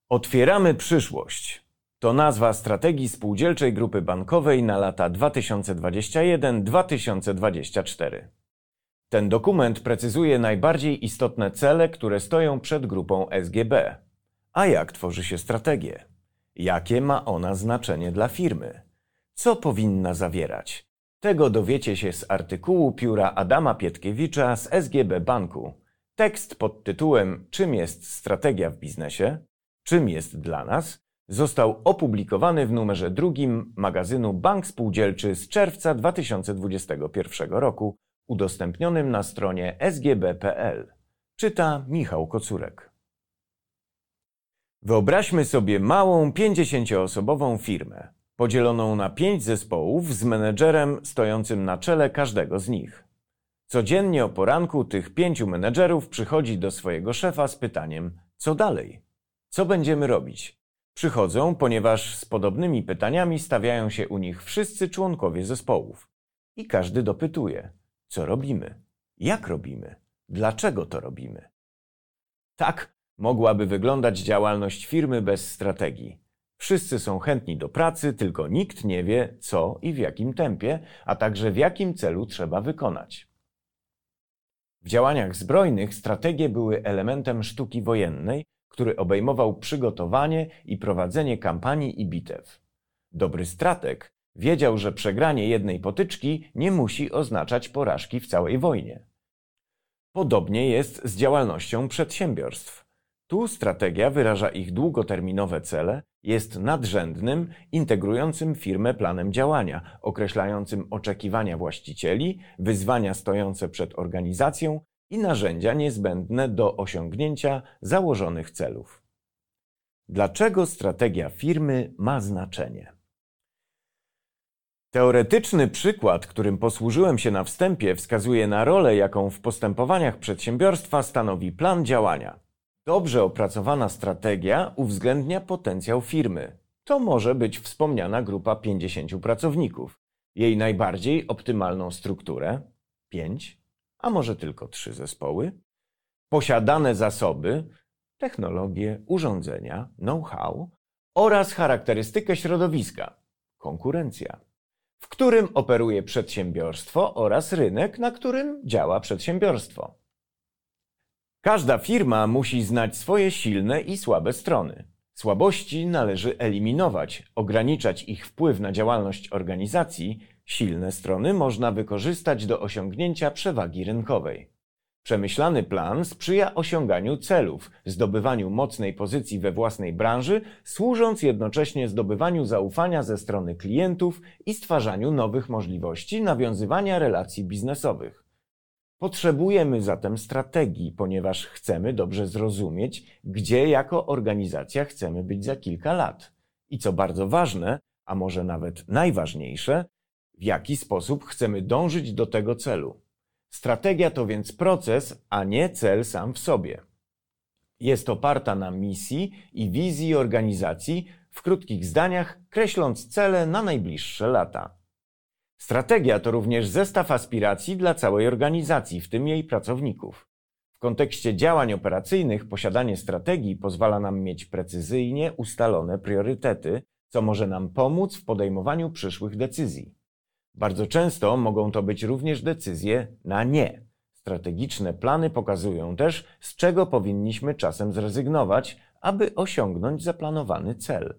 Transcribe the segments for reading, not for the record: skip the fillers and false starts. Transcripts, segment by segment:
Otwieramy przyszłość. To nazwa strategii Spółdzielczej Grupy Bankowej na lata 2021-2024. Ten dokument precyzuje najbardziej istotne cele, które stoją przed grupą SGB. A jak tworzy się strategię? Jakie ma ona znaczenie dla firmy? Co powinna zawierać? Tego dowiecie się z artykułu pióra Adama Pietkiewicza z SGB Banku. Tekst pod tytułem „Czym jest strategia w biznesie? Czym jest dla nas?” został opublikowany w numerze 2 magazynu Bank Spółdzielczy z czerwca 2021 roku, udostępnionym na stronie sgb.pl. Czyta Michał Kocurek. Wyobraźmy sobie małą 50-osobową firmę, podzieloną na 5 zespołów z menedżerem stojącym na czele każdego z nich. Codziennie o poranku tych 5 menedżerów przychodzi do swojego szefa z pytaniem: co dalej? Co będziemy robić? Przychodzą, ponieważ z podobnymi pytaniami stawiają się u nich wszyscy członkowie zespołów. I każdy dopytuje: co robimy? Jak robimy? Dlaczego to robimy? Tak mogłaby wyglądać działalność firmy bez strategii. Wszyscy są chętni do pracy, tylko nikt nie wie, co i w jakim tempie, a także w jakim celu trzeba wykonać. W działaniach zbrojnych strategie były elementem sztuki wojennej, który obejmował przygotowanie i prowadzenie kampanii i bitew. Dobry strateg wiedział, że przegranie jednej potyczki nie musi oznaczać porażki w całej wojnie. Podobnie jest z działalnością przedsiębiorstw. Tu strategia wyraża ich długoterminowe cele, jest nadrzędnym, integrującym firmę planem działania, określającym oczekiwania właścicieli, wyzwania stojące przed organizacją i narzędzia niezbędne do osiągnięcia założonych celów. Dlaczego strategia firmy ma znaczenie? Teoretyczny przykład, którym posłużyłem się na wstępie, wskazuje na rolę, jaką w postępowaniach przedsiębiorstwa stanowi plan działania. Dobrze opracowana strategia uwzględnia potencjał firmy. To może być wspomniana grupa 50 pracowników, jej najbardziej optymalną strukturę 5, a może tylko 3 zespoły, posiadane zasoby, technologie, urządzenia, know-how oraz charakterystykę środowiska, konkurencja, w którym operuje przedsiębiorstwo oraz rynek, na którym działa przedsiębiorstwo. Każda firma musi znać swoje silne i słabe strony. Słabości należy eliminować, ograniczać ich wpływ na działalność organizacji, silne strony można wykorzystać do osiągnięcia przewagi rynkowej. Przemyślany plan sprzyja osiąganiu celów, zdobywaniu mocnej pozycji we własnej branży, służąc jednocześnie zdobywaniu zaufania ze strony klientów i stwarzaniu nowych możliwości nawiązywania relacji biznesowych. Potrzebujemy zatem strategii, ponieważ chcemy dobrze zrozumieć, gdzie jako organizacja chcemy być za kilka lat. I co bardzo ważne, a może nawet najważniejsze, w jaki sposób chcemy dążyć do tego celu. Strategia to więc proces, a nie cel sam w sobie. Jest oparta na misji i wizji organizacji, w krótkich zdaniach kreśląc cele na najbliższe lata. Strategia to również zestaw aspiracji dla całej organizacji, w tym jej pracowników. W kontekście działań operacyjnych posiadanie strategii pozwala nam mieć precyzyjnie ustalone priorytety, co może nam pomóc w podejmowaniu przyszłych decyzji. Bardzo często mogą to być również decyzje na nie. Strategiczne plany pokazują też, z czego powinniśmy czasem zrezygnować, aby osiągnąć zaplanowany cel.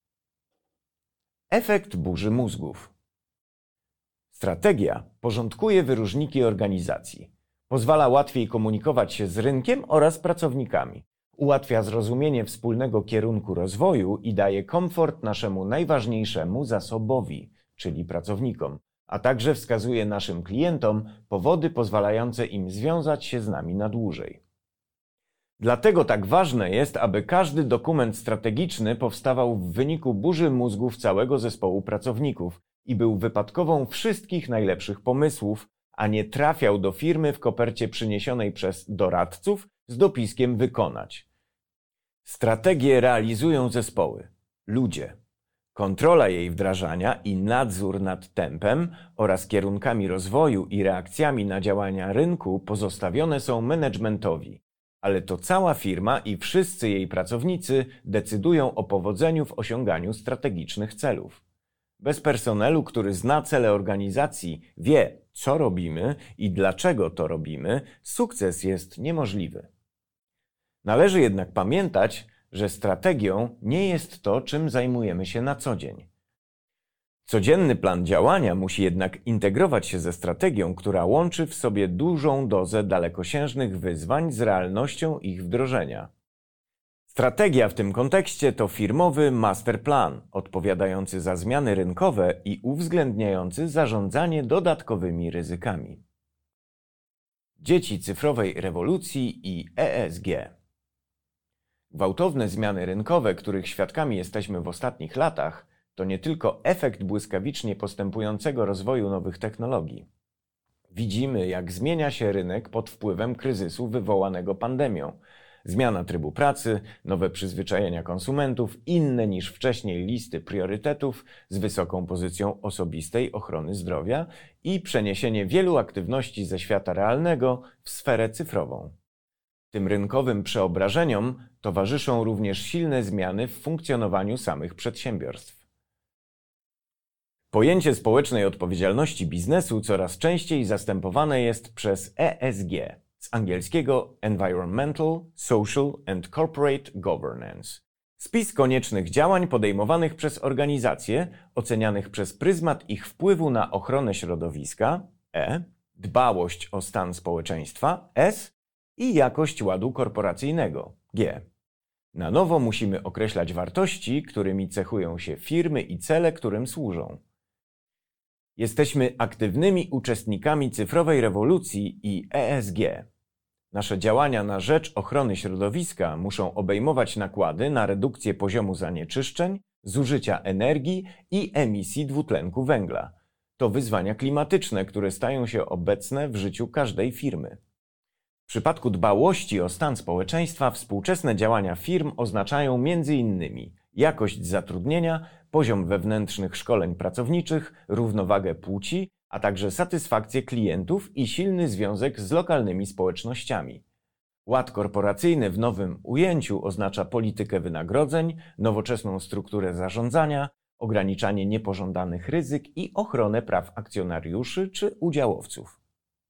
Efekt burzy mózgów. Strategia porządkuje wyróżniki organizacji. Pozwala łatwiej komunikować się z rynkiem oraz pracownikami. Ułatwia zrozumienie wspólnego kierunku rozwoju i daje komfort naszemu najważniejszemu zasobowi, czyli pracownikom, a także wskazuje naszym klientom powody pozwalające im związać się z nami na dłużej. Dlatego tak ważne jest, aby każdy dokument strategiczny powstawał w wyniku burzy mózgów całego zespołu pracowników i był wypadkową wszystkich najlepszych pomysłów, a nie trafiał do firmy w kopercie przyniesionej przez doradców z dopiskiem wykonać. Strategię realizują zespoły, ludzie. Kontrola jej wdrażania i nadzór nad tempem oraz kierunkami rozwoju i reakcjami na działania rynku pozostawione są managementowi. ale to cała firma i wszyscy jej pracownicy decydują o powodzeniu w osiąganiu strategicznych celów. Bez personelu, który zna cele organizacji, wie, co robimy i dlaczego to robimy, sukces jest niemożliwy. Należy jednak pamiętać, że strategią nie jest to, czym zajmujemy się na co dzień. Codzienny plan działania musi jednak integrować się ze strategią, która łączy w sobie dużą dozę dalekosiężnych wyzwań z realnością ich wdrożenia. Strategia w tym kontekście to firmowy masterplan, odpowiadający za zmiany rynkowe i uwzględniający zarządzanie dodatkowymi ryzykami. Dzieci cyfrowej rewolucji i ESG. Gwałtowne zmiany rynkowe, których świadkami jesteśmy w ostatnich latach, to nie tylko efekt błyskawicznie postępującego rozwoju nowych technologii. Widzimy, jak zmienia się rynek pod wpływem kryzysu wywołanego pandemią. Zmiana trybu pracy, nowe przyzwyczajenia konsumentów, inne niż wcześniej listy priorytetów z wysoką pozycją osobistej ochrony zdrowia i przeniesienie wielu aktywności ze świata realnego w sferę cyfrową. Tym rynkowym przeobrażeniom towarzyszą również silne zmiany w funkcjonowaniu samych przedsiębiorstw. Pojęcie społecznej odpowiedzialności biznesu coraz częściej zastępowane jest przez ESG, z angielskiego Environmental, Social and Corporate Governance. Spis koniecznych działań podejmowanych przez organizacje, ocenianych przez pryzmat ich wpływu na ochronę środowiska E, dbałość o stan społeczeństwa S i jakość ładu korporacyjnego G. Na nowo musimy określać wartości, którymi cechują się firmy i cele, którym służą. Jesteśmy aktywnymi uczestnikami cyfrowej rewolucji i ESG. Nasze działania na rzecz ochrony środowiska muszą obejmować nakłady na redukcję poziomu zanieczyszczeń, zużycia energii i emisji dwutlenku węgla. To wyzwania klimatyczne, które stają się obecne w życiu każdej firmy. W przypadku dbałości o stan społeczeństwa współczesne działania firm oznaczają m.in. jakość zatrudnienia, poziom wewnętrznych szkoleń pracowniczych, równowagę płci, a także satysfakcję klientów i silny związek z lokalnymi społecznościami. Ład korporacyjny w nowym ujęciu oznacza politykę wynagrodzeń, nowoczesną strukturę zarządzania, ograniczanie niepożądanych ryzyk i ochronę praw akcjonariuszy czy udziałowców.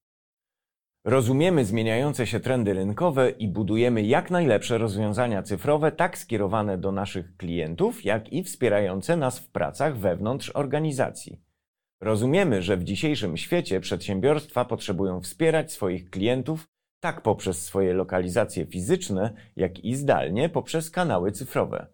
Rozumiemy zmieniające się trendy rynkowe i budujemy jak najlepsze rozwiązania cyfrowe, tak skierowane do naszych klientów, jak i wspierające nas w pracach wewnątrz organizacji. Rozumiemy, że w dzisiejszym świecie przedsiębiorstwa potrzebują wspierać swoich klientów tak poprzez swoje lokalizacje fizyczne, jak i zdalnie poprzez kanały cyfrowe.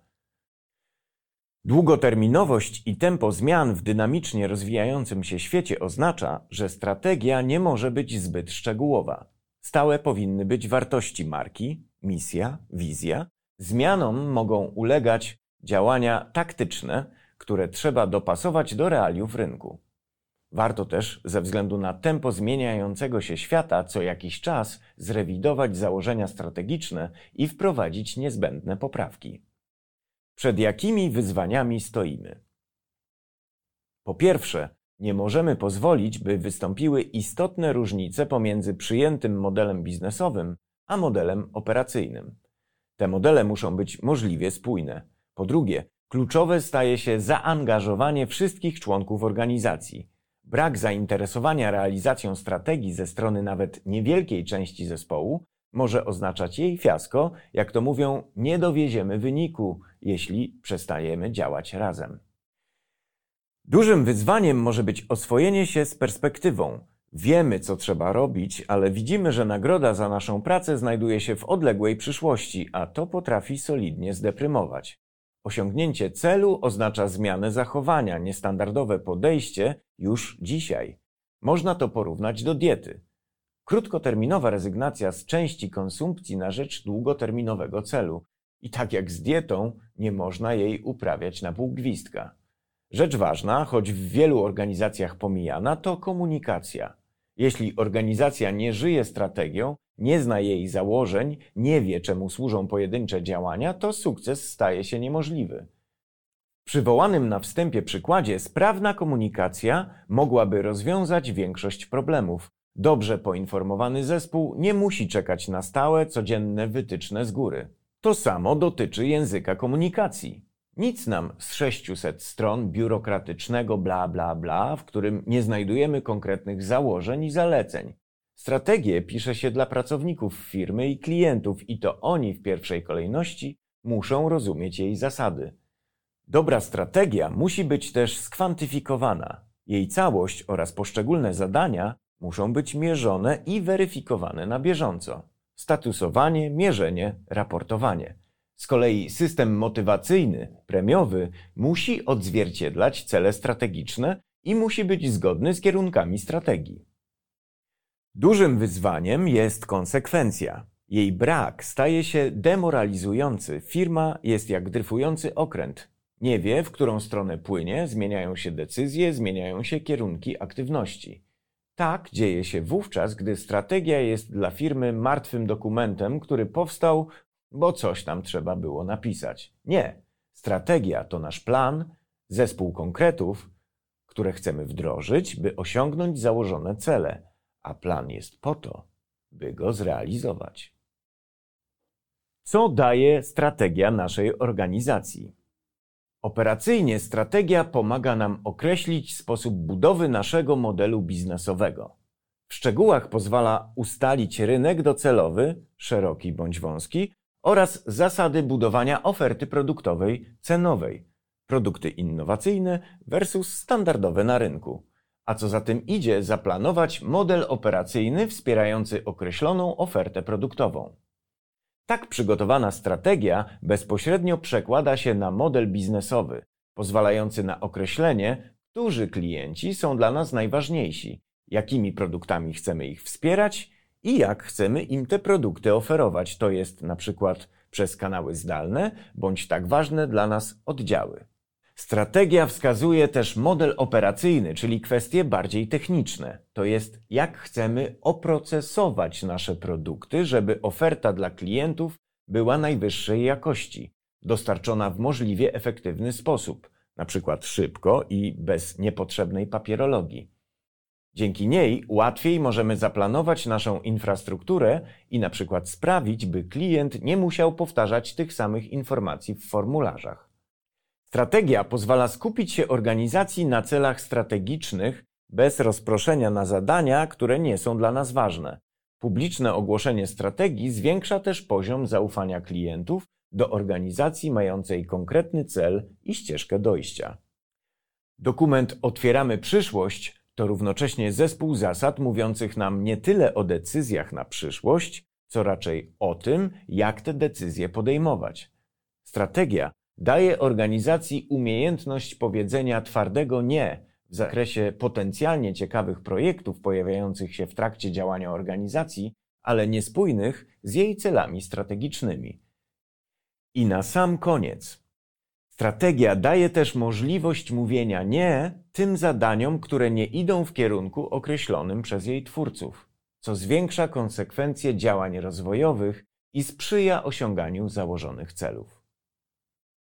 Długoterminowość i tempo zmian w dynamicznie rozwijającym się świecie oznacza, że strategia nie może być zbyt szczegółowa. Stałe powinny być wartości marki, misja, wizja. Zmianom mogą ulegać działania taktyczne, które trzeba dopasować do realiów rynku. Warto też, ze względu na tempo zmieniającego się świata, co jakiś czas zrewidować założenia strategiczne i wprowadzić niezbędne poprawki. Przed jakimi wyzwaniami stoimy? Po pierwsze, nie możemy pozwolić, by wystąpiły istotne różnice pomiędzy przyjętym modelem biznesowym a modelem operacyjnym. Te modele muszą być możliwie spójne. Po drugie, kluczowe staje się zaangażowanie wszystkich członków organizacji. Brak zainteresowania realizacją strategii ze strony nawet niewielkiej części zespołu może oznaczać jej fiasko, jak to mówią, nie dowieziemy wyniku, jeśli przestajemy działać razem. Dużym wyzwaniem może być oswojenie się z perspektywą. Wiemy, co trzeba robić, ale widzimy, że nagroda za naszą pracę znajduje się w odległej przyszłości, a to potrafi solidnie zdeprymować. Osiągnięcie celu oznacza zmianę zachowania, niestandardowe podejście już dzisiaj. Można to porównać do diety. Krótkoterminowa rezygnacja z części konsumpcji na rzecz długoterminowego celu. I tak jak z dietą, nie można jej uprawiać na pół gwizdka. Rzecz ważna, choć w wielu organizacjach pomijana, to komunikacja. Jeśli organizacja nie żyje strategią, nie zna jej założeń, nie wie, czemu służą pojedyncze działania, to sukces staje się niemożliwy. W przywołanym na wstępie przykładzie sprawna komunikacja mogłaby rozwiązać większość problemów, Dobrze poinformowany zespół nie musi czekać na stałe, codzienne wytyczne z góry. To samo dotyczy języka komunikacji. Nic nam z 600 stron biurokratycznego bla bla bla, w którym nie znajdujemy konkretnych założeń i zaleceń. Strategię pisze się dla pracowników firmy i klientów i to oni w pierwszej kolejności muszą rozumieć jej zasady. Dobra strategia musi być też skwantyfikowana. Jej całość oraz poszczególne zadania muszą być mierzone i weryfikowane na bieżąco. Statusowanie, mierzenie, raportowanie. Z kolei system motywacyjny, premiowy musi odzwierciedlać cele strategiczne i musi być zgodny z kierunkami strategii. Dużym wyzwaniem jest konsekwencja. Jej brak staje się demoralizujący. Firma jest jak dryfujący okręt. Nie wie, w którą stronę płynie, zmieniają się decyzje, zmieniają się kierunki aktywności. Tak dzieje się wówczas, gdy strategia jest dla firmy martwym dokumentem, który powstał, bo coś tam trzeba było napisać. Nie. Strategia to nasz plan, zespół konkretów, które chcemy wdrożyć, by osiągnąć założone cele, a plan jest po to, by go zrealizować. Co daje strategia naszej organizacji? Operacyjnie strategia pomaga nam określić sposób budowy naszego modelu biznesowego. W szczegółach pozwala ustalić rynek docelowy, szeroki bądź wąski, oraz zasady budowania oferty produktowej cenowej, produkty innowacyjne versus standardowe na rynku. A co za tym idzie, zaplanować model operacyjny wspierający określoną ofertę produktową. Tak przygotowana strategia bezpośrednio przekłada się na model biznesowy, pozwalający na określenie, którzy klienci są dla nas najważniejsi, jakimi produktami chcemy ich wspierać i jak chcemy im te produkty oferować, to jest na przykład przez kanały zdalne bądź tak ważne dla nas oddziały. Strategia wskazuje też model operacyjny, czyli kwestie bardziej techniczne. To jest, jak chcemy oprocesować nasze produkty, żeby oferta dla klientów była najwyższej jakości, dostarczona w możliwie efektywny sposób, na przykład szybko i bez niepotrzebnej papierologii. Dzięki niej łatwiej możemy zaplanować naszą infrastrukturę i na przykład sprawić, by klient nie musiał powtarzać tych samych informacji w formularzach. Strategia pozwala skupić się organizacji na celach strategicznych bez rozproszenia na zadania, które nie są dla nas ważne. Publiczne ogłoszenie strategii zwiększa też poziom zaufania klientów do organizacji mającej konkretny cel i ścieżkę dojścia. Dokument Otwieramy przyszłość to równocześnie zespół zasad mówiących nam nie tyle o decyzjach na przyszłość, co raczej o tym, jak te decyzje podejmować. Strategia daje organizacji umiejętność powiedzenia twardego nie w zakresie potencjalnie ciekawych projektów pojawiających się w trakcie działania organizacji, ale niespójnych z jej celami strategicznymi. I na sam koniec. Strategia daje też możliwość mówienia nie tym zadaniom, które nie idą w kierunku określonym przez jej twórców, co zwiększa konsekwencje działań rozwojowych i sprzyja osiąganiu założonych celów.